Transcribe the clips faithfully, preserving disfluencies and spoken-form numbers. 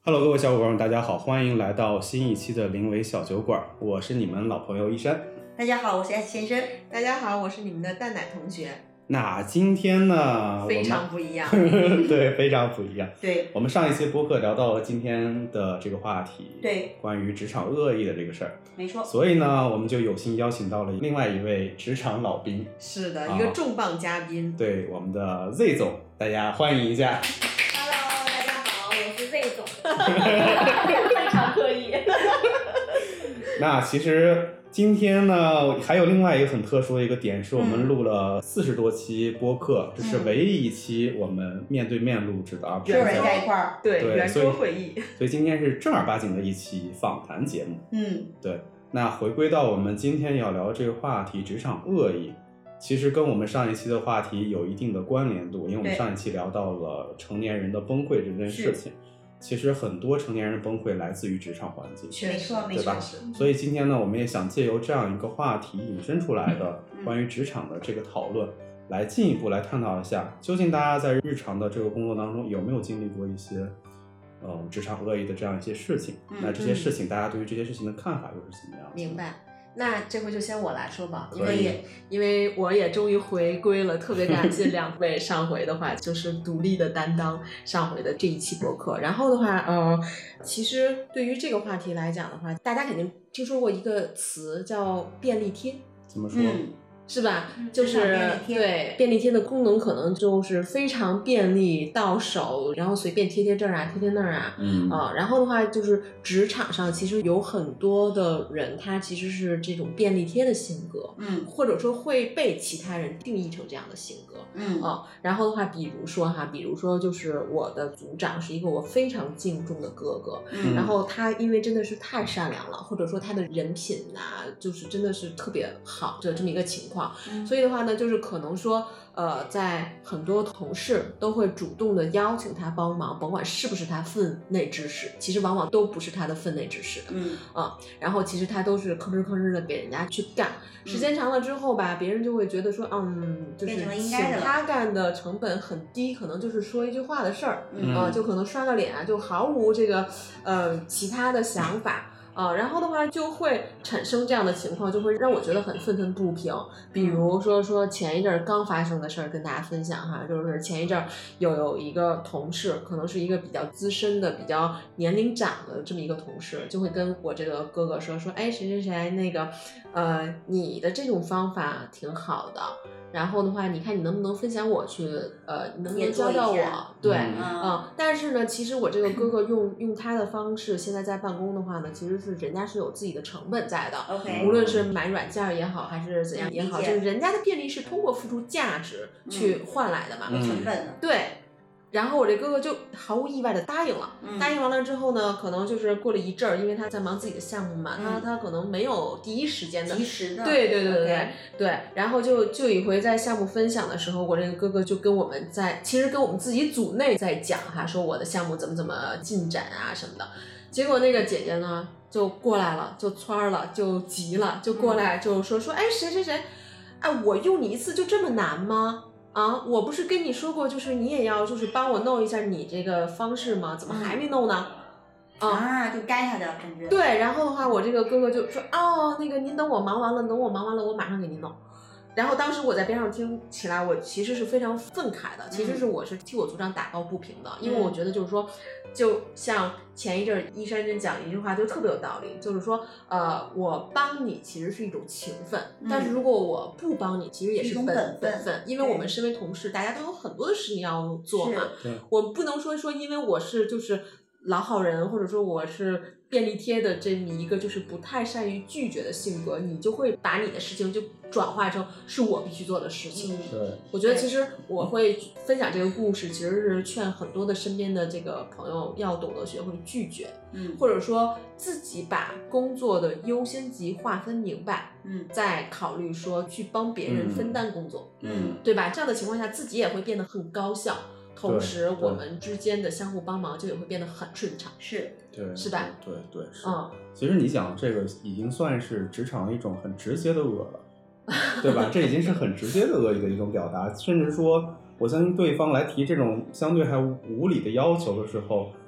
Hello， 各位小伙伴们，大家好，欢迎来到新一期的临危小酒馆，我是你们老朋友一山。 大家好，我是 S 先生。 大家好，我是你们的蛋奶同学。 那今天呢， 非常不一样。 对，非常不一样。 对， 我们上一期播客聊到了今天的这个话题， 对， 关于职场恶意的这个事儿。 没错。 所以呢，我们就有幸邀请到了另外一位职场老兵， 是的， 啊、 一个重磅嘉宾。 对，我们的 Z 总，大家欢迎一下。 Hello， 大家好，我是 Z 总，非常刻意。 那其实今天呢，还有另外一个很特殊的一个点，是我们录了四十多期播客，这、嗯、是唯一一期我们面对面录制的，而不是人在一块儿， 对， 对圆桌会议。 所以今天是正儿八经的一期访谈节目。 嗯， 对。那回归到我们今天要聊的这个话题，职场恶意，其实跟我们上一期的话题有一定的关联度，因为我们上一期聊到了成年人的崩溃这件事情。其实很多成年人崩溃来自于职场环境， 没错， 对吧？所以今天呢，我们也想借由这样一个话题引申出来的关于职场的这个讨论，来进一步来探讨一下，究竟大家在日常的这个工作当中有没有经历过一些呃职场恶意的这样一些事情？ 嗯、 那这些事情，大家对于这些事情的看法又是怎么样的？ 明白。那这回就先我来说吧，因为也因为我也终于回归了，特别感谢两位上回的话就是独立的担当上回的这一期博客。然后的话，呃，其实对于这个话题来讲的话，大家肯定听说过一个词叫便利贴， 怎么说？ 嗯是吧？ 嗯、 就是便利贴对便利贴的功能可能就是非常便利，到手，然后随便贴贴这儿啊，贴贴那儿啊， 嗯啊、呃，然后的话就是职场上其实有很多的人，他其实是这种便利贴的性格， 嗯， 或者说会被其他人定义成这样的性格， 嗯啊、呃，然后的话，比如说哈，比如说就是我的组长是一个我非常敬重的哥哥， 嗯， 然后他因为真的是太善良了，或者说他的人品啊，就是真的是特别好的这么一个情况。 嗯、 所以的话呢，就是可能说，呃，在很多同事都会主动的邀请他帮忙，甭管是不是他分内之事，其实往往都不是他的分内之事的， 嗯啊，然后其实他都是吭哧吭哧的给人家去干，时间长了之后吧，别人就会觉得说，嗯，就是请他干的成本很低，可能就是说一句话的事儿， 嗯啊，就可能刷个脸啊，就毫无这个呃其他的想法。啊、呃，然后的话就会产生这样的情况，就会让我觉得很愤愤不平。比如说说前一阵刚发生的事儿，跟大家分享哈，就是前一阵有有一个同事，可能是一个比较资深的、比较年龄长的这么一个同事，就会跟我这个哥哥说说，哎，谁谁谁，那个，呃，你的这种方法挺好的。然后的话，你看你能不能分享我去，呃，能不能教教我？对， 嗯、 呃，但是呢，其实我这个哥哥用用他的方式，现在在办公的话呢，其实是人家是有自己的成本在的。 OK， 无论是买软件也好，还是怎样也好，就是人家的便利是通过付出价值去换来的嘛， 有、嗯、成本的。 对。然后我这哥哥就毫无意外的答应了， 嗯、 答应完了之后呢，可能就是过了一阵儿，因为他在忙自己的项目嘛， 嗯、 他他可能没有第一时间的及时的， 对对对对对、 okay. 对。然后就就一回在项目分享的时候，我这个哥哥就跟我们在，其实跟我们自己组内在讲哈，说我的项目怎么怎么进展啊什么的。结果那个姐姐呢就过来了，就蹿了，就急了，就过来就说、嗯、说，哎谁谁谁，哎我用你一次就这么难吗？啊，我不是跟你说过，就是你也要就是帮我弄一下你这个方式吗？怎么还没弄呢？ 嗯、啊, 啊，就该他的感觉。 对，然后的话，我这个哥哥就说，哦，那个您等我忙完了，等我忙完了，我马上给您弄。然后当时我在边上听起来，我其实是非常愤慨的，其实是我是替我组长打抱不平的，因为我觉得就是说，就像前一阵一山真讲一句话就特别有道理，就是说，呃，我帮你其实是一种情分， 嗯、 但是如果我不帮你，其实也是本本本分，因为我们身为同事，大家都有很多的事情要做嘛，我不能说说因为我是就是老好人，或者说我是便利贴的这么一个就是不太善于拒绝的性格，你就会把你的事情就转化成是我必须做的事情。 对， 我觉得其实我会分享这个故事，其实是劝很多的身边的这个朋友要懂得学会拒绝， 嗯， 或者说自己把工作的优先级划分明白， 嗯， 再考虑说去帮别人分担工作， 嗯， 对吧？这样的情况下，自己也会变得很高效。同时我们之间的相互帮忙就也会变得很顺畅， 是， 对， 是吧？ 对对是。 嗯， 其实你讲这个已经算是职场一种很直接的恶了，对吧？这已经是很直接的恶意的一种表达，甚至说，我相信对方来提这种相对还无理的要求的时候，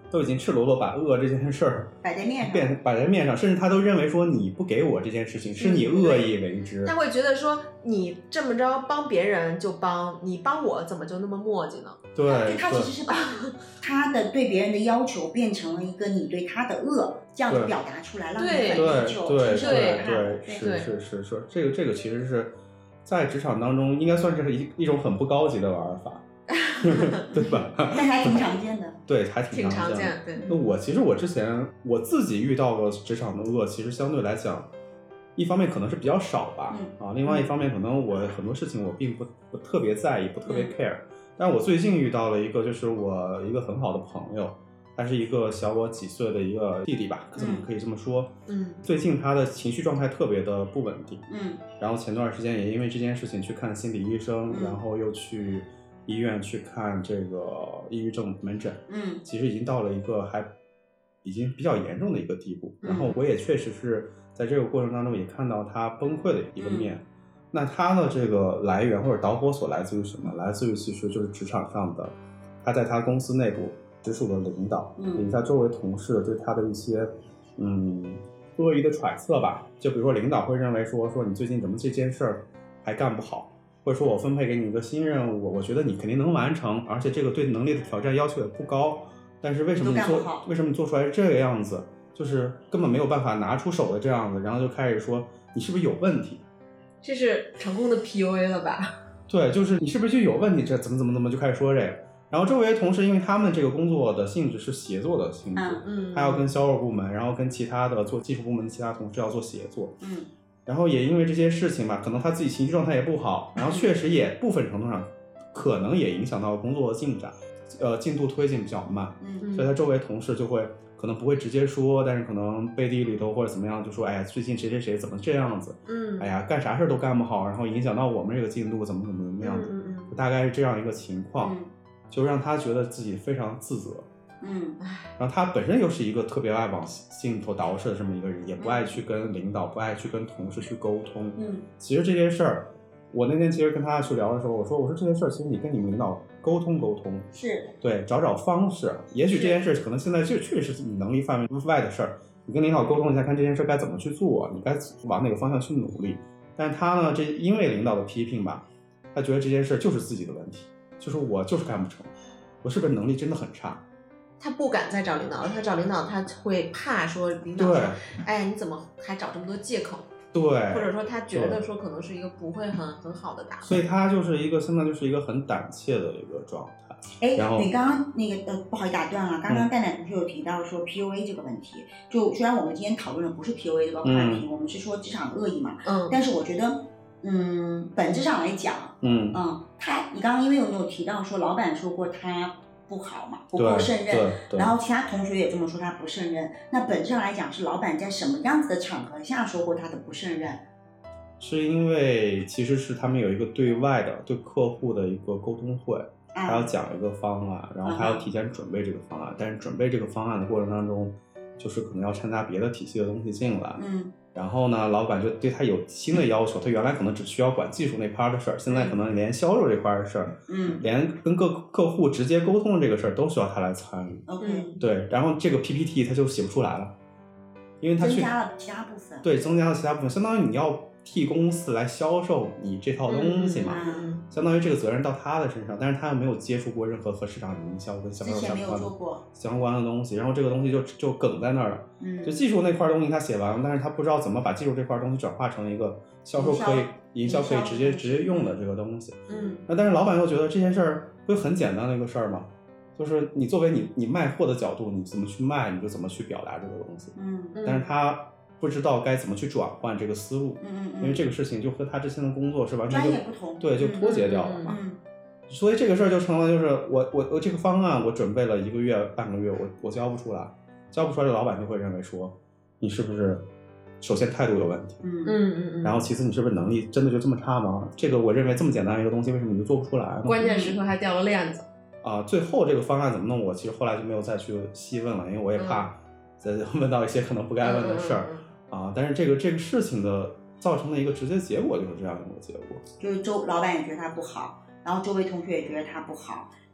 都已经赤裸裸把恶这件事儿摆在面上， 变摆在面上，甚至他都认为说你不给我这件事情是你恶意为之、 嗯、他会觉得说你这么着帮别人就帮，你帮我怎么就那么磨叽呢？ 对， 他其实是把他的对别人的要求变成了一个你对他的恶，这样子表达出来，让你很内疚。 对对对对，是是是是，这个这个其实是在职场当中应该算是一一种很不高级的玩法。对吧？ 但还挺常见的。 对，还挺常见的。对， 那我其实我之前我自己遇到过职场的恶，其实相对来讲，一方面可能是比较少吧，嗯、啊，另外一方面可能我很多事情我并不不特别在意，不特别 care、嗯。但我最近遇到了一个，就是我一个很好的朋友，他是一个小我几岁的一个弟弟吧，可能可以这么说。 嗯。 最近他的情绪状态特别的不稳定。 嗯。 然后前段时间也因为这件事情去看心理医生，嗯、然后又去医院去看这个抑郁症门诊， 嗯， 其实已经到了一个还已经比较严重的一个地步。然后我也确实是在这个过程当中也看到他崩溃的一个面。嗯、那他的这个来源或者导火索来自于什么？来自于其实就是职场上的，他在他公司内部直属的领导，以及他周围同事对他的一些嗯恶意的揣测吧。就比如说领导会认为说说你最近怎么这件事儿还干不好。或者说我分配给你一个新任务，我觉得你肯定能完成，而且这个对能力的挑战要求也不高，但是为什么你做为什么你做出来是这个样子，就是根本没有办法拿出手的这样子，然后就开始说你是不是有问题？ 这是成功的 P U A 了吧？ 对，就是你是不是就有问题？这怎么怎么怎么就开始说这个，然后周围同事因为他们这个工作的性质是协作的性质， 嗯， 还要跟销售部门，然后跟其他的做技术部门的其他同事要做协作， 嗯。 然后也因为这些事情吧，可能他自己情绪状态也不好，然后确实也部分程度上可能也影响到工作的进展，呃，进度推进比较慢， 嗯， 所以他周围同事就会可能不会直接说，但是可能背地里头或者怎么样就说，哎呀，最近谁谁谁怎么这样子， 嗯， 哎呀，干啥事都干不好，然后影响到我们这个进度怎么怎么怎么样子， 嗯嗯， 大概是这样一个情况， 嗯、 就让他觉得自己非常自责。 嗯， 然后他本身又是一个特别爱往心里头捯饬的这么一个人，也不爱去跟领导，不爱去跟同事去沟通。 嗯， 其实这件事儿，我那天其实跟他去聊的时候，我说，我说这件事儿，其实你跟你们领导沟通沟通， 是对，找找方式。也许这件事可能现在就确实是你能力范围外的事儿，你跟领导沟通一下，看这件事该怎么去做，你该往哪个方向去努力。但是他呢，这因为领导的批评吧，他觉得这件事就是自己的问题，就是我就是干不成，我是不是能力真的很差？ 他不敢再找领导，他找领导他会怕说领导说，哎，你怎么还找这么多借口？ 对， 或者说他觉得说可能是一个不会很很好的答案， 所以他就是一个现在就是一个很胆怯的一个状态。 哎，你刚刚那个呃，不好意思打断了，刚刚蛋蛋同学有提到说 P U A 这个问题，就虽然我们今天讨论的不是 P U A 这个话题，嗯、我们是说职场恶意嘛， 嗯， 但是我觉得，嗯，本质上来讲， 嗯嗯，他你刚刚因为有没有提到说老板说过他不好嘛，不够胜任，然后其他同学也这么说他不胜任。那本质上来讲，是老板在什么样子的场合下说过他的不胜任？ 是因为其实是他们有一个对外的对客户的一个沟通会，还要讲一个方案，然后还要提前准备这个方案。但是准备这个方案的过程当中，就是可能要掺杂别的体系的东西进来。 嗯。 然后呢，老板就对他有新的要求，他原来可能只需要管技术那 part 的事儿，现在可能连销售这块的事儿， 嗯， 连跟各客户直接沟通的这个事儿都需要他来参与。 OK， 对，然后这个 P P T 他就写不出来了，因为他增加了其他部分。 对，增加了其他部分，相当于你要替公司来销售你这套东西嘛， 嗯嗯、 相当于这个责任到他的身上，但是他又没有接触过任何和市场营销跟销售相关的相关的东西，然后这个东西就就梗在那儿了。 嗯， 就技术那块东西他写完了，但是他不知道怎么把技术这块东西转化成一个销售可以营销可以直接直接用的这个东西。 嗯， 那但是老板又觉得这件事儿不是很简单的一个事儿吗？就是你作为你你卖货的角度，你怎么去卖，你就怎么去表达这个东西。 嗯， 但是他不知道该怎么去转换这个思路， 嗯嗯， 因为这个事情就和他之前的工作是完全专业不同， 对，就脱节掉了嘛。 嗯， 所以这个事儿就成了，就是我我我这个方案我准备了一个月半个月，我我交不出来，交不出来，老板就会认为说你是不是首先态度有问题， 嗯嗯嗯， 然后其次你是不是能力真的就这么差吗？这个我认为这么简单的一个东西，为什么你就做不出来呢？ 关键时刻还掉了链子啊！最后这个方案怎么弄，我其实后来就没有再去细问了，因为我也怕再问到一些可能不该问的事儿。 嗯嗯嗯啊，但是这个这个事情的造成的一个直接结果就是这样一个结果， 就是周老板也觉得他不好，然后周围同学也觉得他不好，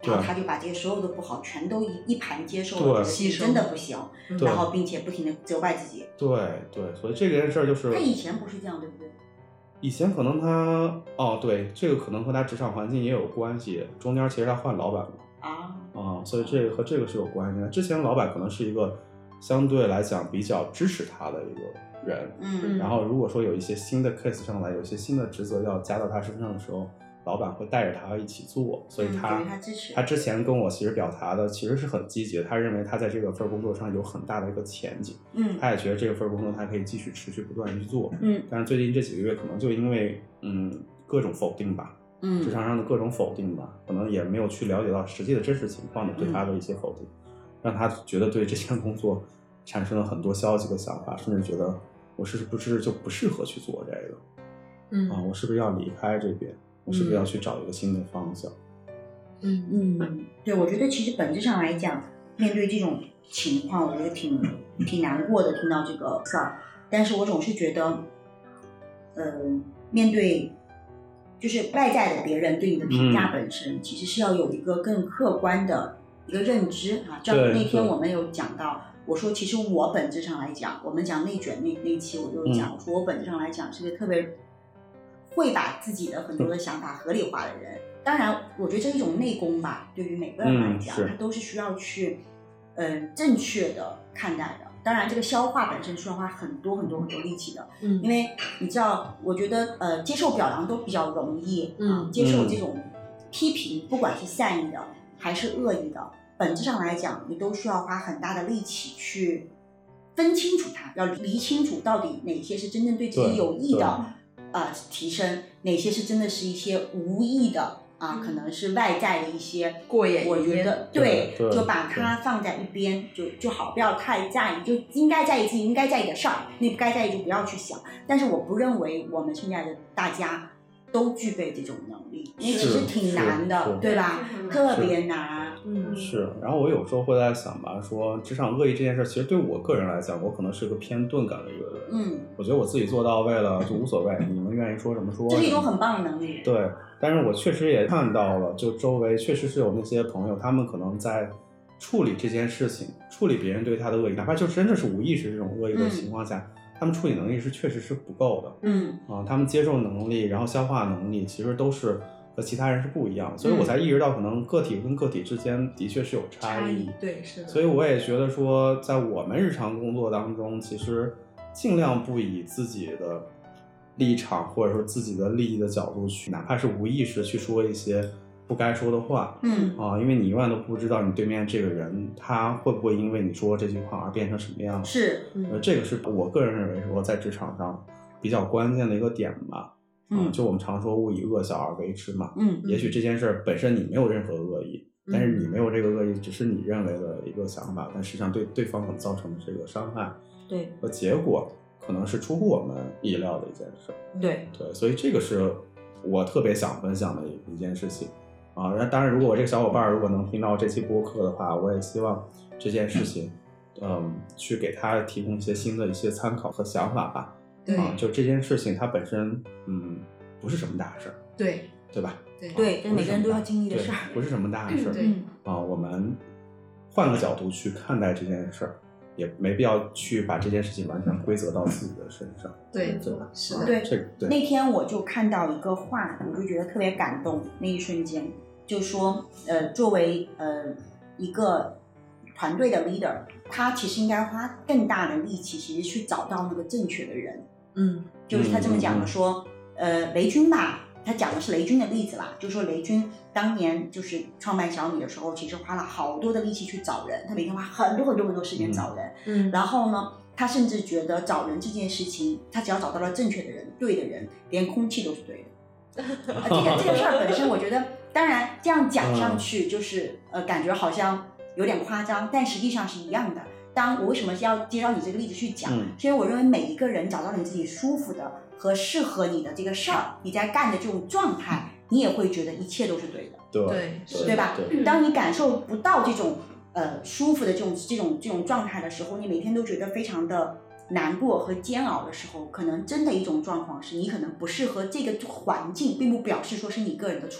然后他就把这些所有的不好全都一一盘接受了， 吸收真的不行，然后并且不停的责怪自己。 对对，所以这件事儿就是他以前不是这样，对不对？ 以前可能他哦，对，这个可能和他职场环境也有关系。中间其实他换老板了啊啊，所以这个和这个是有关系的。之前老板可能是一个相对来讲比较支持他的一个人， 嗯， 然后如果说有一些新的 case 上来，有一些新的职责要加到他身上的时候，老板会带着他一起做，所以他、 嗯、他支持。 他之前跟我其实表达的其实是很积极的，他认为他在这个份工作上有很大的一个前景， 嗯， 他也觉得这个份工作他可以继续持续不断去做， 嗯， 但是最近这几个月可能就因为嗯各种否定吧， 嗯， 职场上的各种否定吧，可能也没有去了解到实际的真实情况的对他的一些否定，嗯、让他觉得对这项工作产生了很多消极的想法，甚至觉得我是不是就不适合去做这个， 嗯啊，我是不是要离开这边？我是不是要去找一个新的方向？ 嗯嗯，对，我觉得其实本质上来讲，面对这种情况，我觉得挺挺难过的，听到这个事儿。但是我总是觉得，呃，面对就是外在的别人对你的评价本身，嗯、其实是要有一个更客观的一个认知啊。正如那天我们有讲到，我说其实我本质上来讲，我们讲内卷那那一期我就讲，嗯、我说我本质上来讲是个特别会把自己的很多的想法合理化的人。当然我觉得这是一种内功吧，对于每个人来讲，嗯、他都是需要去呃正确的看待的。当然这个消化本身需要花很多很多很多力气的，嗯，因为你知道我觉得呃接受表扬都比较容易，嗯，接受这种批评，不管是善意的还是恶意的，本质上来讲你都需要花很大的力气去分清楚它，要理清楚到底哪些是真正对自己有益的呃提升，哪些是真的是一些无益的啊，可能是外在的一些过眼我觉得 对, 对， 就把它放在一边就就好，不要太在意，就应该在意自己应该在意的事儿，你不该在意就不要去想。但是我不认为我们现在的大家都具备这种能力，因为其实挺难的，对吧？特别难。 嗯，是。然后我有时候会在想吧，说职场恶意这件事，其实对我个人来讲，我可能是个偏钝感的一个人。嗯，我觉得我自己做到位了就无所谓，你们愿意说什么说。 这是一种很棒的能力。 对，但是我确实也看到了，就周围确实是有那些朋友，他们可能在处理这件事情，处理别人对他的恶意，哪怕就真的是无意识这种恶意的情况下。嗯，他们处理能力是确实是不够的， 嗯啊，他们接受能力，然后消化能力，其实都是和其他人是不一样的，所以我才意识到，可能个体跟个体之间的确是有差异， 对，是的。 所以我也觉得说，在我们日常工作当中，其实尽量不以自己的立场或者说自己的利益的角度去，哪怕是无意识去说一些不该说的话， 嗯啊，因为你永远都不知道你对面这个人他会不会因为你说这句话而变成什么样子。 是， 呃，这个是我个人认为说在职场上比较关键的一个点吧。嗯，就我们常说勿以恶小而为之嘛。 嗯， 也许这件事本身你没有任何恶意，但是你没有这个恶意，只是你认为的一个想法，但实际上对对方可能造成的这个伤害， 对， 和结果可能是出乎我们意料的一件事。 对对，所以这个是我特别想分享的一件事情。啊，当然，如果我这个小伙伴如果能听到这期播客的话，我也希望这件事情，嗯，去给他提供一些新的一些参考和想法吧。 对， 啊，就这件事情它本身，嗯，不是什么大事儿， 对， 对吧？ 对对，这是每个人都要经历的事儿， 不是什么大事儿。 对啊，我们换个角度去看待这件事儿，也没必要去把这件事情完全归责到自己的身上。 对， 对吧？ 是的。 对， 这对。 那天我就看到一个话，我就觉得特别感动。那一瞬间，就说，呃，作为呃一个团队的 leader， 他其实应该花更大的力气，其实去找到那个正确的人。 嗯， 就是他这么讲的说，嗯、呃，雷军吧，他讲的是雷军的例子啦，就说雷军当年就是创办小米的时候，其实花了好多的力气去找人，他每天花很多很多很多时间找人， 嗯， 然后呢，他甚至觉得找人这件事情，他只要找到了正确的人、对的人，连空气都是对的。呃、这个这个事儿本身，我觉得，当然这样讲上去，就是呃，感觉好像有点夸张，但实际上是一样的。当我为什么要接到你这个例子去讲？ 嗯， 是因为我认为每一个人找到你自己舒服的和适合你的这个事儿，你在干的这种状态，你也会觉得一切都是对的， 对对对吧？ 对， 当你感受不到这种呃舒服的这种这种这种状态的时候，你每天都觉得非常的难过和煎熬的时候，可能真的一种状况是你可能不适合这个环境，并不表示说是你个人的错。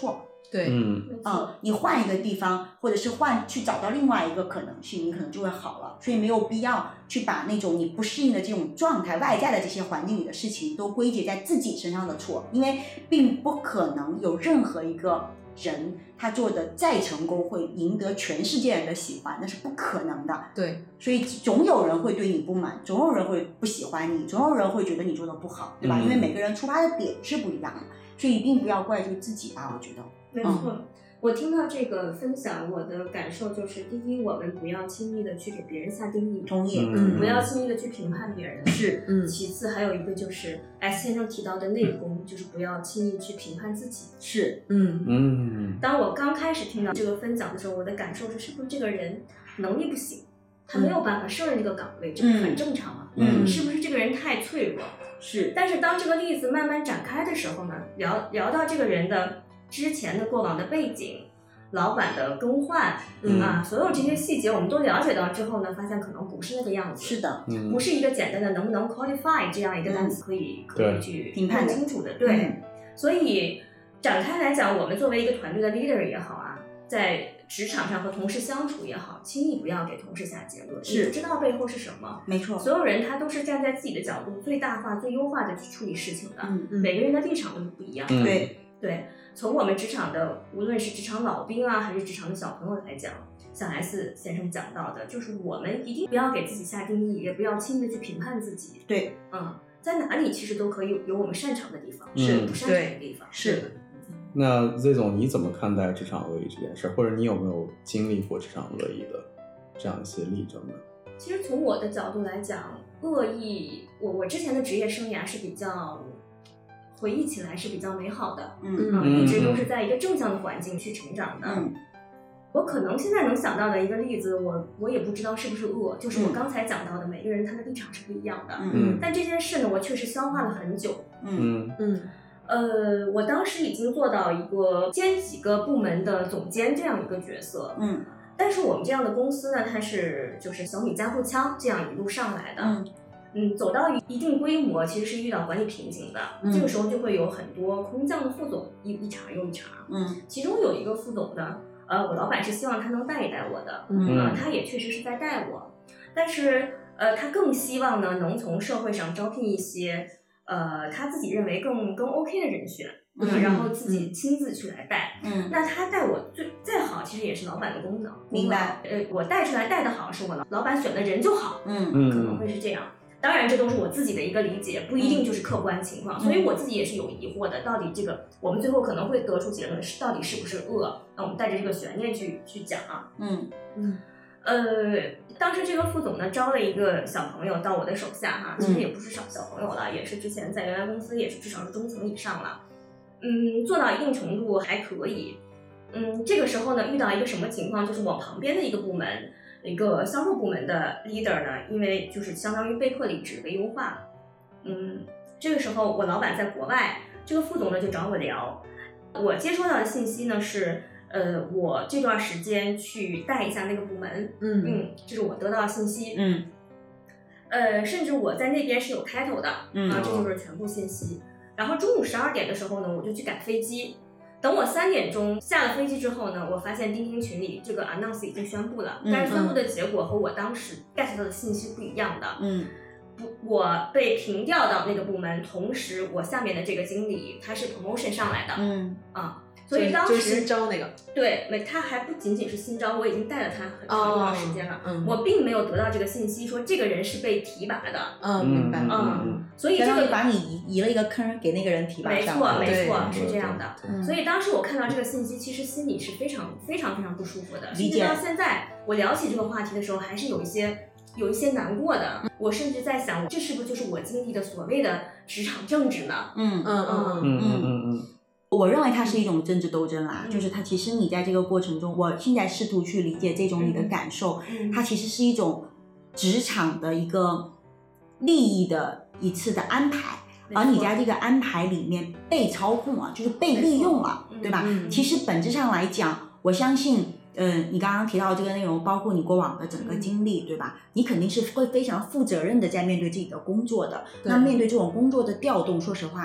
对， 嗯嗯，你换一个地方，或者是换去找到另外一个可能性，你可能就会好了。所以没有必要去把那种你不适应的这种状态、外在的这些环境里的事情都归结在自己身上的错，因为并不可能有任何一个人他做的再成功会赢得全世界人的喜欢，那是不可能的。 对， 所以总有人会对你不满，总有人会不喜欢你，总有人会觉得你做的不好，对吧？ 嗯、 因为每个人出发的点是不一样的，所以一定不要怪罪自己吧，我觉得。 没错。嗯，我听到这个分享，我的感受就是：第一，我们不要轻易的去给别人下定义， 同意， 嗯， 不要轻易的去评判别人， 是， 嗯。其次，还有一个就是，S 先生提到的内功，嗯、就是不要轻易去评判自己， 是， 嗯嗯。 当我刚开始听到这个分享的时候，我的感受是，是不是这个人能力不行，他没有办法胜任这个岗位，嗯、这个很正常嘛， 嗯， 是不是这个人太脆弱？ 是。 但是当这个例子慢慢展开的时候呢，聊聊到这个人的之前的过往的背景，老板的更换，嗯啊，所有这些细节我们都了解到之后呢，发现可能不是那个样子。 是的， 嗯， 不是一个简单的能不能 qualify 这样一个单词可以、嗯、可以去评判清楚的。对、嗯，所以展开来讲，我们作为一个团队的 leader 也好啊，在职场上和同事相处也好，轻易不要给同事下结论， 是你不知道背后是什么。 没错， 所有人他都是站在自己的角度最大化、最优化的去处理事情的， 嗯嗯，每个人的立场都是不一样的。 嗯、 对对。从我们职场的，无论是职场老兵啊，还是职场的小朋友来讲，像 S 先生讲到的，就是我们一定不要给自己下定义，也不要轻易的去评判自己。 对， 嗯，在哪里其实都可以有我们擅长的地方， 是不擅长的地方。 是。 那 Z 总，你怎么看待职场恶意这件事？或者你有没有经历过职场恶意的这样一些例证呢？ 其实从我的角度来讲，恶意，我我之前的职业生涯是比较。回忆起来是比较美好的， 嗯嗯，一直都是在一个正向的环境去成长的。 嗯， 我可能现在能想到的一个例子，我我也不知道是不是恶，就是我刚才讲到的，每个人他的立场是不一样的。 嗯， 但这件事呢，我确实消化了很久。 嗯嗯， 呃，我当时已经做到一个兼几个部门的总监这样一个角色。 嗯， 但是我们这样的公司呢，它是就是小米加步枪这样一路上来的。 嗯。 嗯，走到一定规模，其实是遇到管理瓶颈的。 嗯、 这个时候就会有很多空降的副总，一一茬又一茬。 嗯， 其中有一个副总呢，呃，我老板是希望他能带一带我的， 嗯， 呃、他也确实是在带我，但是呃，他更希望呢，能从社会上招聘一些呃他自己认为更更 OK 的人选， 嗯呃、然后自己亲自去来带。 嗯， 那他带我最再好，其实也是老板的功能。 明白？ 呃，我带出来带的好，是我老老板选的人就好。 嗯， 可能会是这样。当然，这都是我自己的一个理解，不一定就是客观情况，嗯、所以我自己也是有疑惑的。到底这个，我们最后可能会得出结论是，到底是不是恶？那我们带着这个悬念去去讲啊。 嗯嗯，呃，当时这个副总呢招了一个小朋友到我的手下哈，其实也不是小小朋友了，也是之前在原来公司也是至少是中层以上了。嗯，做到一定程度还可以。嗯，这个时候呢遇到一个什么情况，就是我旁边的一个部门。一个销售部门的 leader 呢，因为就是相当于被迫离职被优化，嗯，这个时候我老板在国外，这个副总呢就找我聊，我接收到的信息呢是，呃，我这段时间去带一下那个部门， 嗯嗯，这是我得到的信息， 嗯， 呃，甚至我在那边是有 title 的， 嗯啊，这就是全部信息。然后中午十二点的时候呢，我就去赶飞机。等我三点钟下了飞机之后呢，我发现钉钉群里这个 announce 已经宣布了， 嗯、 但是宣布的结果和我当时 get 到的信息不一样的。 嗯， 不，我被平调到那个部门，同时我下面的这个经理他是 promotion 上来的。 嗯啊，所以当时就是新招那个， 对，没，他还不仅仅是新招，我已经带了他很长一段时间了。 哦嗯、 我并没有得到这个信息，说这个人是被提拔的。 嗯，明白。 嗯，所以这个把你移移了一个坑给那个人提拔上。 没错，没错， 对是这样的。所以当时我看到这个信息，其实心里是非常非常非常不舒服的。 理解。 甚至到现在，我聊起这个话题的时候，还是有一些有一些难过的。嗯、我甚至在想，这是不是就是我经历的所谓的职场政治呢？ 嗯嗯嗯嗯嗯嗯嗯。 我认为它是一种政治斗争啦， 嗯、 就是它其实你在这个过程中，我现在试图去理解这种你的感受， 嗯、 它其实是一种职场的一个利益的一次的安排，而你在这个安排里面被操控了，就是被利用了，对吧？ 嗯、 其实本质上来讲，我相信，呃，你刚刚提到这个内容，包括你过往的整个经历， 嗯、 对吧？你肯定是会非常负责任的在面对自己的工作的。那面对这种工作的调动，说实话。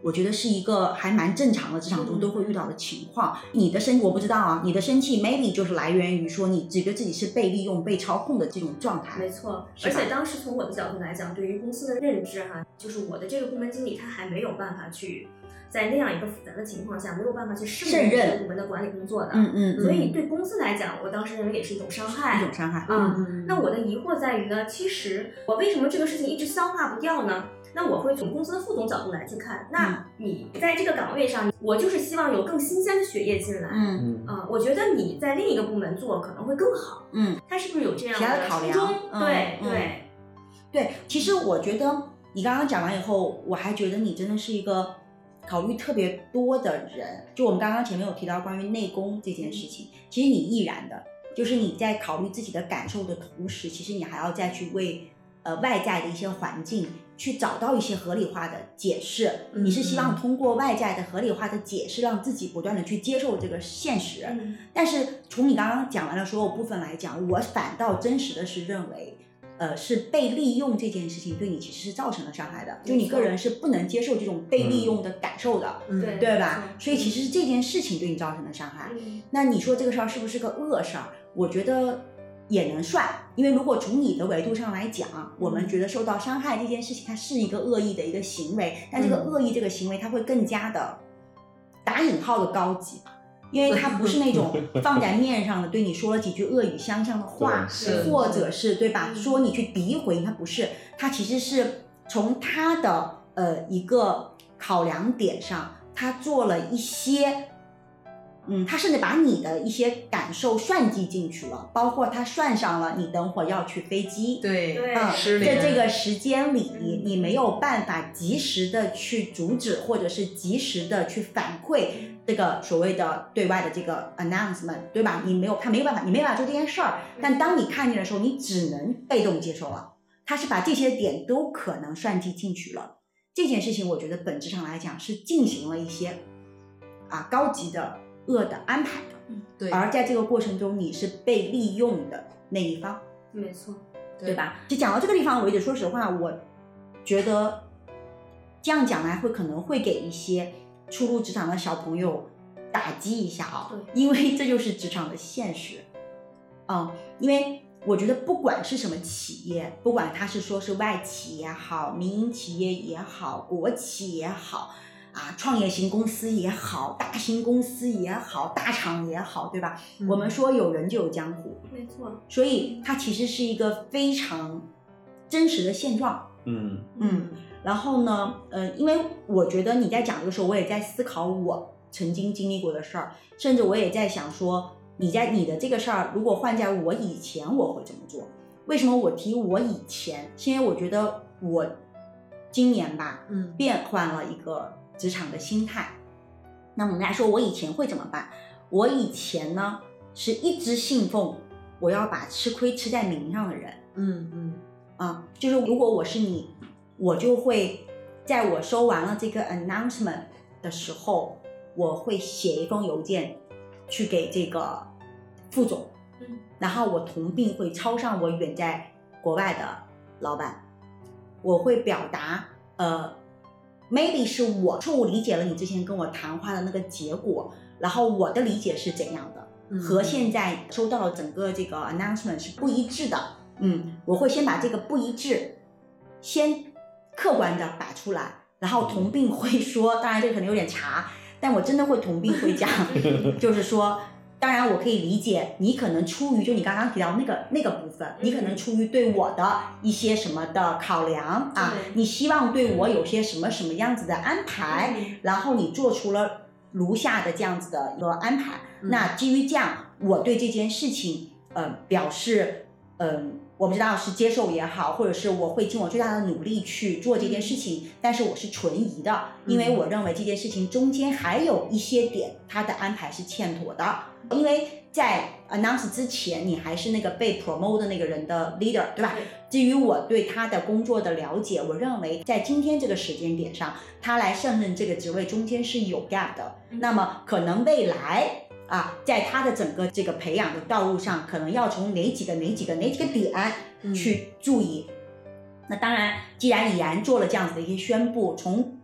我觉得是一个还蛮正常的职场中都会遇到的情况。你的生我不知道啊，你的生气 maybe 就是来源于说你觉得自己是被利用被操控的这种状态。 没错，而且当时从我的角度来讲，对于公司的认知哈，就是我的这个部门经理他还没有办法去在那样一个复杂的情况下没有办法去胜任这个部门的管理工作的。 嗯嗯， 所以对公司来讲，我当时认为也是一种伤害， 一种伤害。 嗯嗯， 那我的疑惑在于呢，其实我为什么这个事情一直消化不掉呢？那我会从公司的副总角度来去看，那你在这个岗位上，我就是希望有更新鲜的血液进来。 嗯啊、呃，我觉得你在另一个部门做可能会更好。 嗯， 他是不是有这样其他的考量？ 嗯、对、 嗯、 对对，其实我觉得你刚刚讲完以后，我还觉得你真的是一个考虑特别多的人。就我们刚刚前面有提到关于内功这件事情，其实你亦然的，就是你在考虑自己的感受的同时，其实你还要再去为呃外在的一些环境去找到一些合理化的解释。 嗯、 你是希望通过外在的合理化的解释，让自己不断的去接受这个现实。 嗯、 但是从你刚刚讲完了所有部分来讲，我反倒真实的是认为。呃，是被利用这件事情对你其实是造成了伤害的，就你个人是不能接受这种被利用的感受的， 嗯、 对对吧？所以其实是这件事情对你造成的伤害。 嗯、 那你说这个事儿是不是个恶事儿？我觉得也能算，因为如果从你的维度上来讲，我们觉得受到伤害这件事情它是一个恶意的一个行为，但这个恶意这个行为它会更加的打引号的高级。因为他不是那种放在面上的对你说了几句恶语相向的话，或者是对吧，说你去诋毁，他不是，他其实是从他的呃一个考量点上，他做了一些嗯，他甚至把你的一些感受算计进去了，包括他算上了你等会儿要去飞机， 对， 嗯， 失在这个时间里，你没有办法及时的去阻止，或者是及时的去反馈这个所谓的对外的这个 announcement， 对吧？你没有，他没有办法，你没办法做这件事儿。但当你看见的时候，你只能被动接受了。他是把这些点都可能算计进去了。这件事情，我觉得本质上来讲是进行了一些啊高级的恶的安排的。 嗯，对。 而在这个过程中，你是被利用的那一方。 没错， 对, 对吧？就讲到这个地方为止，说实话，我觉得这样讲来会可能会给一些初入职场的小朋友打击一下啊，因为这就是职场的现实。嗯，因为我觉得不管是什么企业，不管它是说是外企也好，民营企业也好，国企也好啊，创业型公司也好，大型公司也好，大厂也好，对吧？嗯、我们说有人就有江湖， 没错。 所以它其实是一个非常真实的现状。 嗯嗯。然后呢，呃，因为我觉得你在讲这个时候，我也在思考我曾经经历过的事儿，甚至我也在想说，你在你的这个事儿，如果换在我以前，我会怎么做？为什么我提我以前？是因为我觉得我今年吧， 嗯， 变换了一个职场的心态。那我们来说，我以前会怎么办？我以前呢，是一直信奉我要把吃亏吃在名上的人。 嗯嗯， 啊，就是如果我是你，我就会在我收完了这个 announcement 的时候，我会写一封邮件去给这个副总， 嗯， 然后我同并会抄上我远在国外的老板，我会表达呃 maybe 是我错误理解了你之前跟我谈话的那个结果，然后我的理解是怎样的， 嗯， 和现在收到的整个这个 announcement 是不一致的。嗯，我会先把这个不一致先客观的摆出来，然后同并会说，当然这个可能有点茶，但我真的会同并会讲，就是说，当然我可以理解你可能出于就你刚刚提到那个那个部分，你可能出于对我的一些什么的考量啊，你希望对我有些什么什么样子的安排，然后你做出了如下的这样子的一个安排，那基于这样，我对这件事情呃表示嗯。呃我不知道是接受也好，或者是我会尽我最大的努力去做这件事情，但是我是存疑的，因为我认为这件事情中间还有一些点它的安排是欠妥的，因为在 announce 之前你还是那个被 promote 的那个人的 leader， 对吧？至于我对他的工作的了解，我认为在今天这个时间点上，他来胜任这个职位中间是有 gap 的，那么可能未来啊，在他的整个这个培养的道路上，可能要从哪几个哪几个哪几个点去注意。嗯、那当然，既然已然做了这样子的一些宣布，从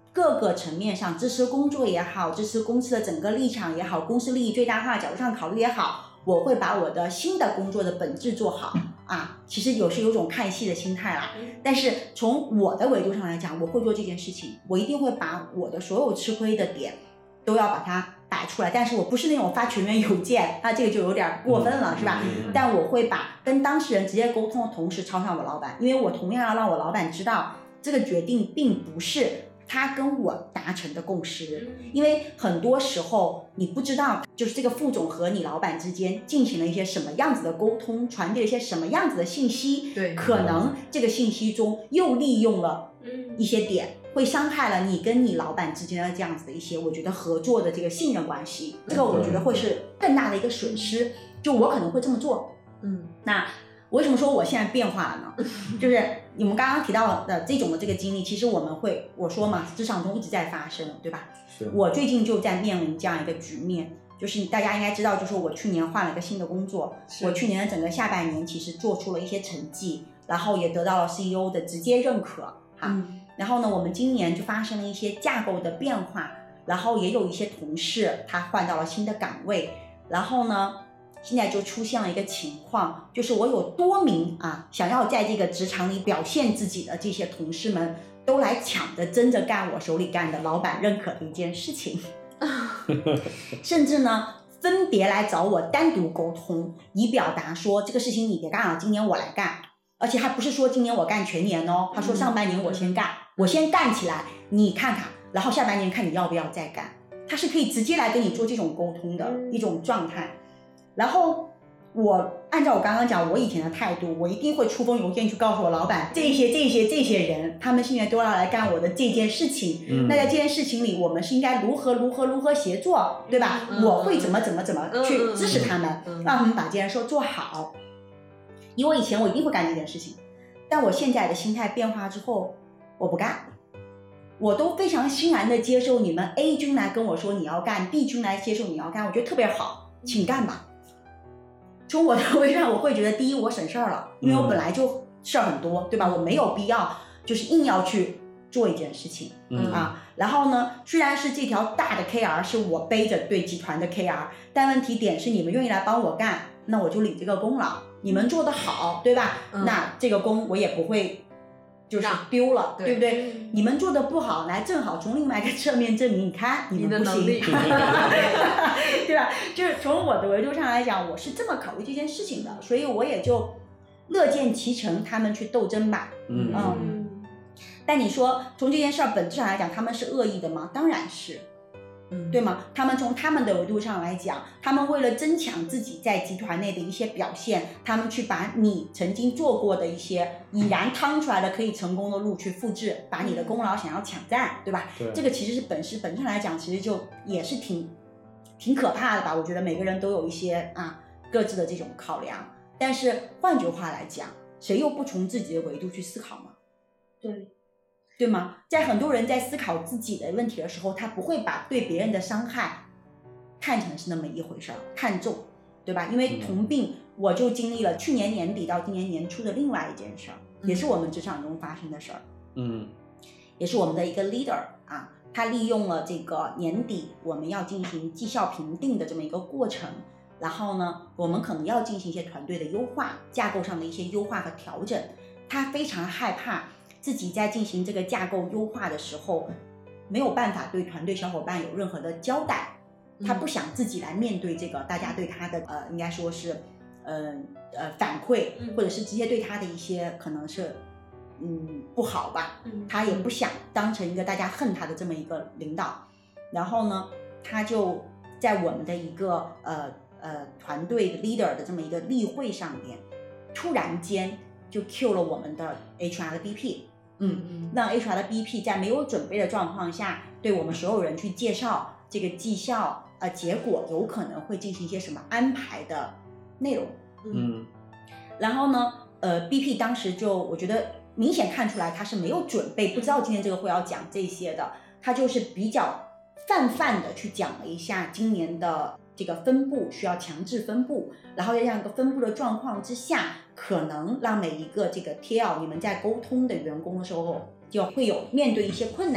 各个层面上，支持工作也好，支持公司的整个立场也好，公司利益最大化的角度上考虑也好，我会把我的新的工作的本质做好啊。其实有时有种看戏的心态啦，但是从我的维度上来讲，我会做这件事情，我一定会把我的所有吃亏的点都要把它摆出来，但是我不是那种发全员邮件，那这个就有点过分了，是吧？但我会把跟当事人直接沟通的同时抄上我老板，因为我同样要让我老板知道这个决定并不是他跟我达成的共识，因为很多时候你不知道就是这个副总和你老板之间进行了一些什么样子的沟通，传递了一些什么样子的信息， 对， 可能这个信息中又利用了一些点，会伤害了你跟你老板之间的这样子的一些我觉得合作的这个信任关系，这个我觉得会是更大的一个损失，就我可能会这么做。 嗯， 那我为什么说我现在变化了呢？就是你们刚刚提到的这种的这个经历，其实我们会，我说嘛，职场中一直在发生，对吧？ 是。 我最近就在面临这样一个局面，就是大家应该知道，就是我去年换了一个新的工作，我去年的整个下半年其实做出了一些成绩，然后也得到了 C E O 的直接认可哈。嗯、然后呢，我们今年就发生了一些架构的变化，然后也有一些同事他换到了新的岗位，然后呢。现在就出现了一个情况，就是我有多名啊想要在这个职场里表现自己的这些同事们，都来抢着争着干我手里干的老板认可的一件事情，甚至呢分别来找我单独沟通，以表达说这个事情你别干了，今年我来干，而且还不是说今年我干全年哦，他说上半年我先干，嗯、我先干起来，你看看，然后下半年看你要不要再干，他是可以直接来跟你做这种沟通的一种状态。然后我按照我刚刚讲我以前的态度，我一定会出封邮件去告诉我老板，这些这些这些人他们现在都要来干我的这件事情、嗯、那在这件事情里我们是应该如何如何如何协作，对吧、嗯、我会怎么怎么怎么去支持他们、嗯、让他们把这件事做好。因为以前我一定会干这件事情，但我现在的心态变化之后我不干，我都非常欣然的接受你们 A 君来跟我说你要干， B 君来接受你要干，我觉得特别好，请干吧。从我的位上我会觉得，第一我省事儿了，因为我本来就事儿很多，对吧？我没有必要就是硬要去做一件事情、嗯、啊。然后呢，虽然是这条大的 K R 是我背着对集团的 K R， 但问题点是你们愿意来帮我干，那我就领这个功劳，你们做得好，对吧、嗯、那这个功我也不会就是丢了， 对, 对不对？你们做的不好，来正好从另外一个侧面证明，你看你们不行，对吧？就是从我的维度上来讲，我是这么考虑这件事情的，所以我也就乐见其成，他们去斗争吧。嗯嗯。但你说从这件事儿本质上来讲，他们是恶意的吗？当然是。嗯，对吗？他们从他们的维度上来讲，他们为了增强自己在集团内的一些表现，他们去把你曾经做过的一些已然趟出来的可以成功的路去复制，把你的功劳想要抢占，对吧？对，这个其实是本质本质上来讲，其实就也是挺挺可怕的吧？我觉得每个人都有一些啊各自的这种考量，但是换句话来讲，谁又不从自己的维度去思考呢？对。对吗？在很多人在思考自己的问题的时候，他不会把对别人的伤害看成是那么一回事儿，看重，对吧？因为同病，我就经历了去年年底到今年年初的另外一件事儿，也是我们职场中发生的事儿，嗯，也是我们的一个 leader 啊，他利用了这个年底我们要进行绩效评定的这么一个过程，然后呢，我们可能要进行一些团队的优化，架构上的一些优化和调整，他非常害怕自己在进行这个架构优化的时候没有办法对团队小伙伴有任何的交代，他不想自己来面对这个大家对他的呃应该说是呃呃反馈，或者是直接对他的一些可能是嗯不好吧，他也不想当成一个大家恨他的这么一个领导，然后呢他就在我们的一个呃呃团队的 leader 的这么一个例会上面突然间就 Q 了我们的 H R 的 B P， 嗯，让 H R 的 B P 在没有准备的状况下，对我们所有人去介绍这个绩效呃结果有可能会进行一些什么安排的内容，嗯，然后呢，呃 B P 当时就我觉得明显看出来他是没有准备，不知道今天这个会要讲这些的，他就是比较泛泛的去讲了一下今年的这个分布需要强制分布，然后在这样一个分布的状况之下，可能让每一个这个 T L 你们在沟通的员工的时候就会有面对一些困难，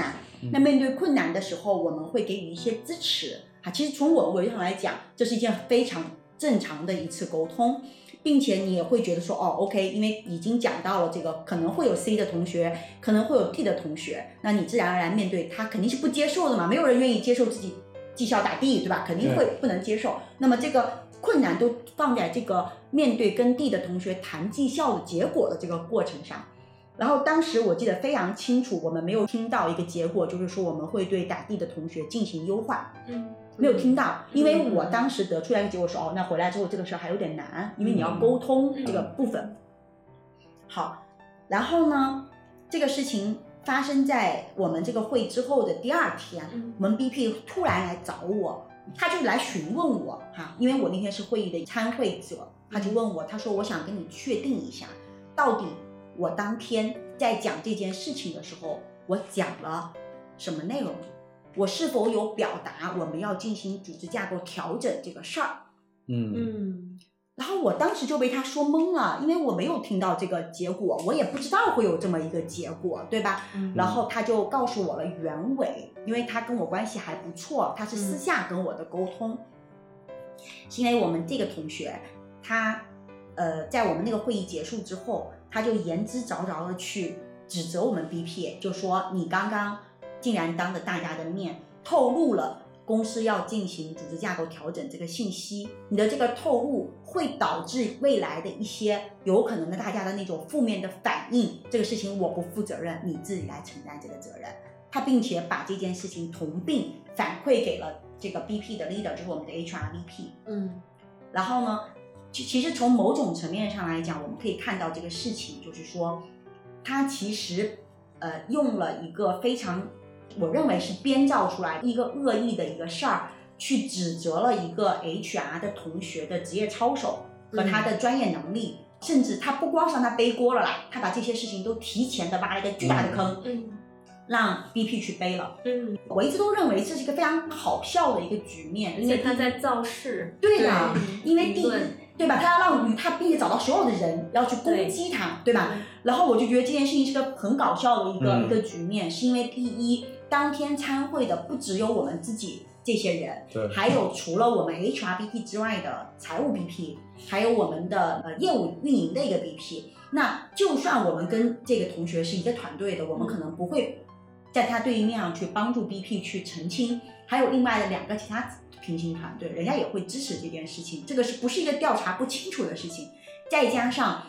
嗯、 那面对困难的时候，我们会给予一些支持啊。其实从我维度上来讲，这是一件非常正常的一次沟通，并且你也会觉得说，哦 ，OK， 因为已经讲到了这个可能会有 C 的同学，可能会有 D 的同学，那你自然而然面对他肯定是不接受的嘛，没有人愿意接受自己绩效打 D， 对吧？肯定会不能接受。那么这个困难都放在这个面对跟 D 的同学谈绩效的结果的这个过程上。然后当时我记得非常清楚，我们没有听到一个结果，就是说我们会对打 D 的同学进行优化。 嗯， 没有听到，因为我当时得出来的结果说，哦，那回来之后这个事还有点难，因为你要沟通这个部分。嗯、好，然后呢，这个事情发生在我们这个会之后的第二天， 嗯、 我们 B P 突然来找我，他就来询问我哈，因为我那天是会议的参会者，他就问我，他说我想跟你确定一下，到底我当天在讲这件事情的时候，我讲了什么内容？我是否有表达我们要进行组织架构调整这个事儿？ 嗯嗯， 然后我当时就被他说懵了，因为我没有听到这个结果，我也不知道会有这么一个结果，对吧？ 嗯、 然后他就告诉我了原委，因为他跟我关系还不错，他是私下跟我的沟通，嗯、是因为我们这个同学他呃在我们那个会议结束之后，他就言之凿凿的去指责我们 B P， 就说你刚刚竟然当着大家的面透露了公司要进行组织架构调整这个信息，你的这个透露会导致未来的一些有可能的大家的那种负面的反应，这个事情我不负责任，你自己来承担这个责任。他并且把这件事情同并反馈给了这个 B P 的 leader， 就是我们的 H R V P。 嗯， 然后呢，其实从某种层面上来讲，我们可以看到这个事情就是说他其实呃用了一个非常我认为是编造出来一个恶意的一个事儿，去指责了一个 H R 的同学的职业操守和他的专业能力，嗯、甚至他不光是让他背锅了啦，他把这些事情都提前的挖了一个巨大的坑， 嗯、 让 B P 去背了。 嗯， 我一直都认为这是一个非常好笑的一个局面， 因为他在造势。 对的，因为第一，对吧？他要让他并且找到所有的人要去攻击他， 对, 对吧？然后我就觉得这件事情是个很搞笑的一个、嗯、一个局面，是因为第一，当天参会的不只有我们自己这些人， 对， 还有除了我们 H R B P 之外的财务 B P， 还有我们的呃业务运营的一个 B P。那就算我们跟这个同学是一个团队的，我们可能不会在他对面上去帮助 B P 去澄清，还有另外的两个其他平行团队，人家也会支持这件事情，这个是不是一个调查不清楚的事情？再加上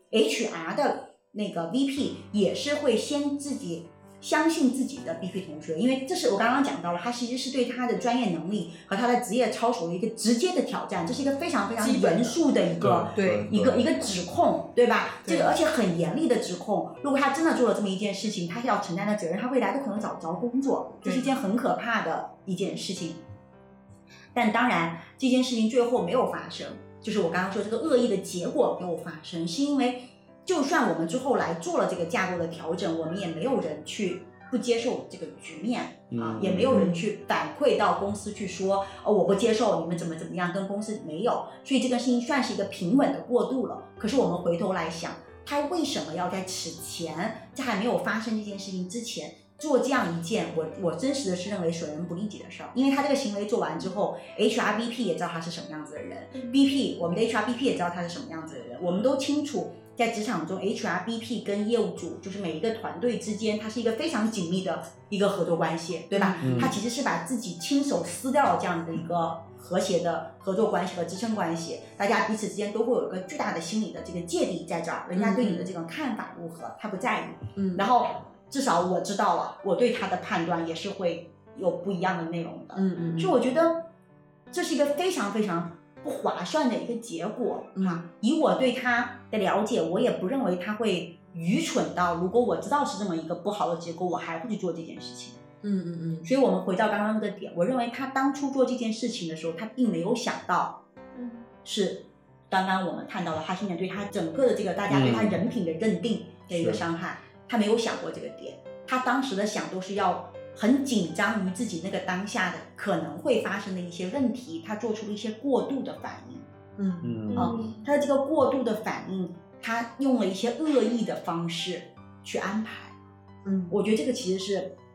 H R 的那个 V P 也是会先自己相信自己的 B P 同学，因为这是我刚刚讲到了，他其实是对他的专业能力和他的职业操守的一个直接的挑战，这是一个非常非常严肃的一个对一个一个指控，对吧？这个而且很严厉的指控，如果他真的做了这么一件事情，他要承担的责任，他未来都可能找不着工作，这是一件很可怕的一件事情。但当然这件事情最后没有发生，就是我刚刚说这个恶意的结果没有发生，是因为就算我们之后来做了这个架构的调整，我们也没有人去不接受这个局面啊， 嗯、 也没有人去反馈到公司去说哦我不接受，你们怎么怎么样，跟公司没有，所以这个事情算是一个平稳的过渡了。可是我们回头来想，他为什么要在此前，在还没有发生这件事情之前做这样一件我我真实的是认为损人不利己的事儿？因为他这个行为做完之后 H R B P 也知道他是什么样子的人，嗯、B P 我们的 H R B P 也知道他是什么样子的人，我们都清楚在职场中 H R B P 跟业务组就是每一个团队之间，它是一个非常紧密的一个合作关系，对吧？ 嗯、 他其实是把自己亲手撕掉了这样的一个和谐的合作关系和支撑关系，大家彼此之间都会有一个巨大的心理的这个芥蒂在这儿，人家对你的这种看法如何，他不在意， 嗯， 然后至少我知道了，我对他的判断也是会有不一样的内容的， 嗯嗯， 所以我觉得这是一个非常非常不划算的一个结果啊！以我对他的了解，我也不认为他会愚蠢到，如果我知道是这么一个不好的结果，我还会去做这件事情。 嗯嗯嗯。 所以我们回到刚刚那个点，我认为他当初做这件事情的时候，他并没有想到，是刚刚我们看到了他现在对他整个的这个大家对他人品的认定的一个伤害，嗯、他没有想过这个点，他当时的想都是要很紧张于自己那个当下的可能会发生的一些问题，他做出了一些过度的反应。 嗯嗯啊，他的这个过度的反应，他用了一些恶意的方式去安排。 嗯， 我觉得这个其实是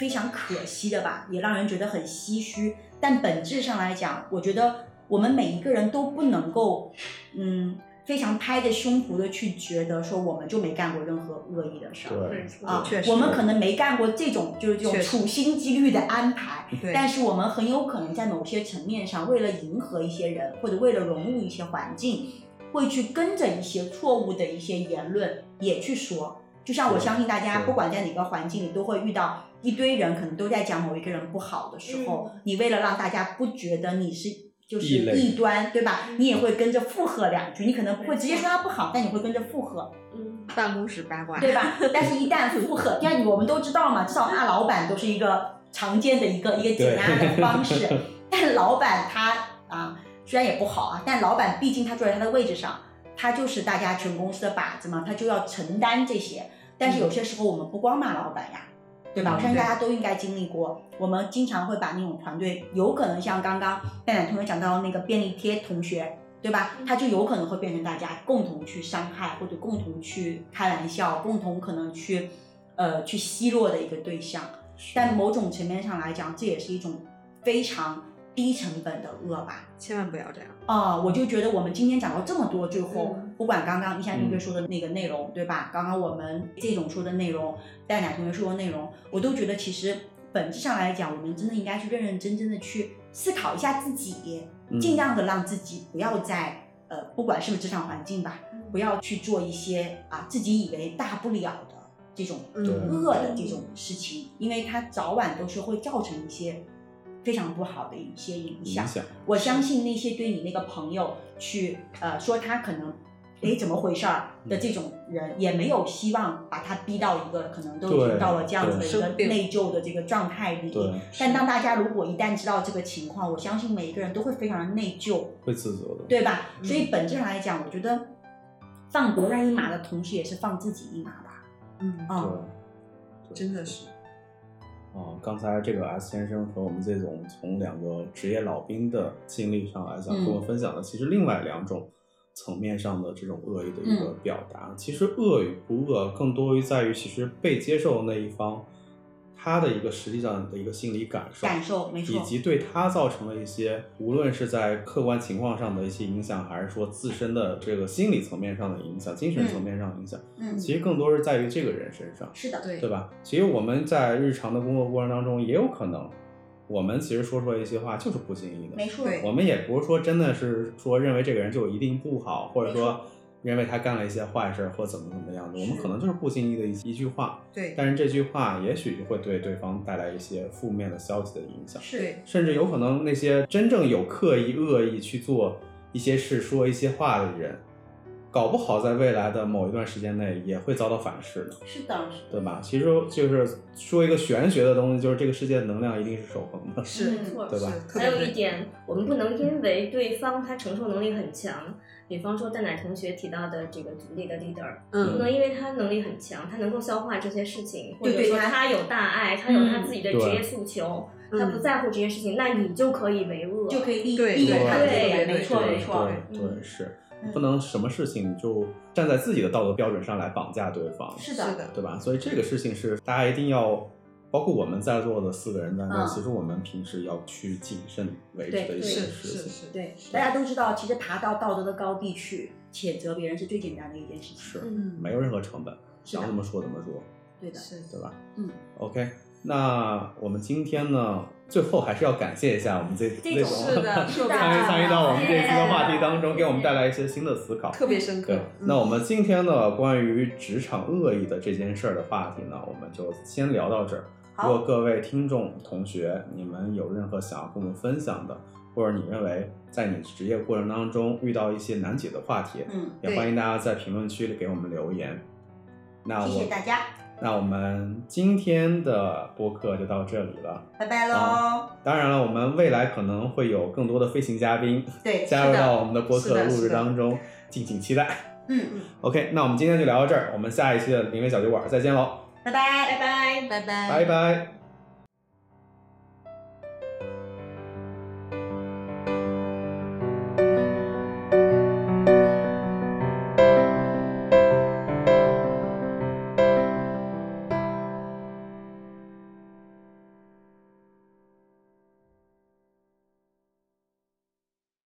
非常可惜的吧，也让人觉得很唏嘘。但本质上来讲，我觉得我们每一个人都不能够，嗯，非常拍着胸脯的去觉得说我们就没干过任何恶意的事儿。 对啊， 确实我们可能没干过这种就是这种处心积虑的安排，但是我们很有可能在某些层面上，为了迎合一些人或者为了融入一些环境，会去跟着一些错误的一些言论也去说。就像我相信大家不管在哪个环境里都会遇到一堆人可能都在讲某一个人不好的时候，嗯、你为了让大家不觉得你是就是异端，对吧？你也会跟着附和两句，你可能不会直接说他不好，但你会跟着附和。 嗯，办公室八卦， 对吧？但是一旦附和，第二我们都知道嘛，至少骂老板都是一个常见的一个一个减压的方式。但老板他啊，虽然也不好啊，但老板毕竟他坐在他的位置上。他就是大家全公司的靶子嘛，他就要承担这些。但是有些时候我们不光骂老板呀，对吧？我相信大家都应该经历过。我们经常会把那种团队，有可能像刚刚蛋蛋同学讲到那个便利贴同学，对吧？他就有可能会变成大家共同去伤害或者共同去开玩笑，共同可能去呃去奚落的一个对象。但某种层面上来讲，这也是一种非常低成本的恶吧， 千万不要这样啊、呃！我就觉得我们今天讲到这么多，最后、嗯、不管刚刚一山同学说的那个内容，嗯、对吧？刚刚我们这种说的内容，蛋奶同学说的内容，我都觉得其实本质上来讲，我们真的应该去认认真真的去思考一下自己，嗯、尽量的让自己不要在呃，不管是不是职场环境吧，嗯、不要去做一些啊自己以为大不了的这种恶的这种事情，因为它早晚都是会造成一些。非常不好的一些影响。影响我相信那些对你那个朋友去呃说他可能诶怎么回事儿的这种人、嗯，也没有希望把他逼到一个可能都已经到了这样子的一个内疚的这个状态里。但当大家如果一旦知道这个情况，我相信每一个人都会非常的内疚， 会自责的， 对吧？嗯、所以本质上来讲，我觉得放别人一马的同时，也是放自己一马吧。 嗯， 嗯对，真的是。 哦，刚才这个 S 先生和我们这种从两个职业老兵的经历上来讲，跟我们分享的其实另外两种层面上的这种恶意的一个表达。嗯、其实恶与不恶，更多于在于其实被接受的那一方，他的一个实际上的一个心理感受， 感受没错， 以及对他造成的一些，无论是在客观情况上的一些影响，还是说自身的这个心理层面上的影响、精神层面上的影响， 嗯， 其实更多是在于这个人身上。 是的， 对， 对吧？其实我们在日常的工作过程当中，也有可能，我们其实说出来一些话就是不经意的， 没错。 我们也不是说真的是说认为这个人就一定不好，或者说。认为他干了一些坏事或怎么怎么样的，我们可能就是不经意的 一, 一句话， 对， 但是这句话也许会对对方带来一些负面的消极的影响， 是， 甚至有可能那些真正有刻意恶意去做一些事、说一些话的人，搞不好在未来的某一段时间内也会遭到反噬的， 是的， 对吧？其实就是说一个玄学的东西，就是这个世界的能量一定是守恒的， 是， 没错， 对吧？ 还有一点，我们不能因为对方他承受能力很强。比方说蛋奶同学提到的这个组里的 leader， 嗯，不能因为他能力很强，他能够消化这些事情，或者说他有大爱，他有他自己的职业诉求，嗯、他不在乎这些事情，那你就可以为恶， 就可以利利用他， 对， 没错没错， 对对是，不能什么事情就站在自己的道德标准上来绑架对方， 是的， 对吧？所以这个事情是大家一定要。包括我们在座的四个人当中、嗯，其实我们平时要去谨慎为之的一些事情。 对，大家都知道，其实爬到道德的高地去谴责别人是最简单的一件事情。 是，嗯、没有任何成本，想怎么说怎么说。 对的， 是， 对吧？ 嗯。 OK， 那我们今天呢，最后还是要感谢一下我们这这种参与参与到我们这期的话题当中，给我们带来一些新的思考， 特别深刻。 对，嗯、那我们今天呢，关于职场恶意的这件事儿的话题呢，我们就先聊到这儿。如果各位听众同学，你们有任何想要跟我们分享的，或者你认为在你职业过程当中遇到一些难解的话题， 嗯， 也欢迎大家在评论区里给我们留言。那我谢谢大家。 那我们今天的播客就到这里了， 拜拜喽、 嗯！当然了，我们未来可能会有更多的飞行嘉宾对加入到我们的播客的录制当中，敬请期待。 嗯嗯 ，OK， 那我们今天就聊到这儿，我们下一期的零维小酒馆再见喽！ 拜拜拜拜拜拜拜拜。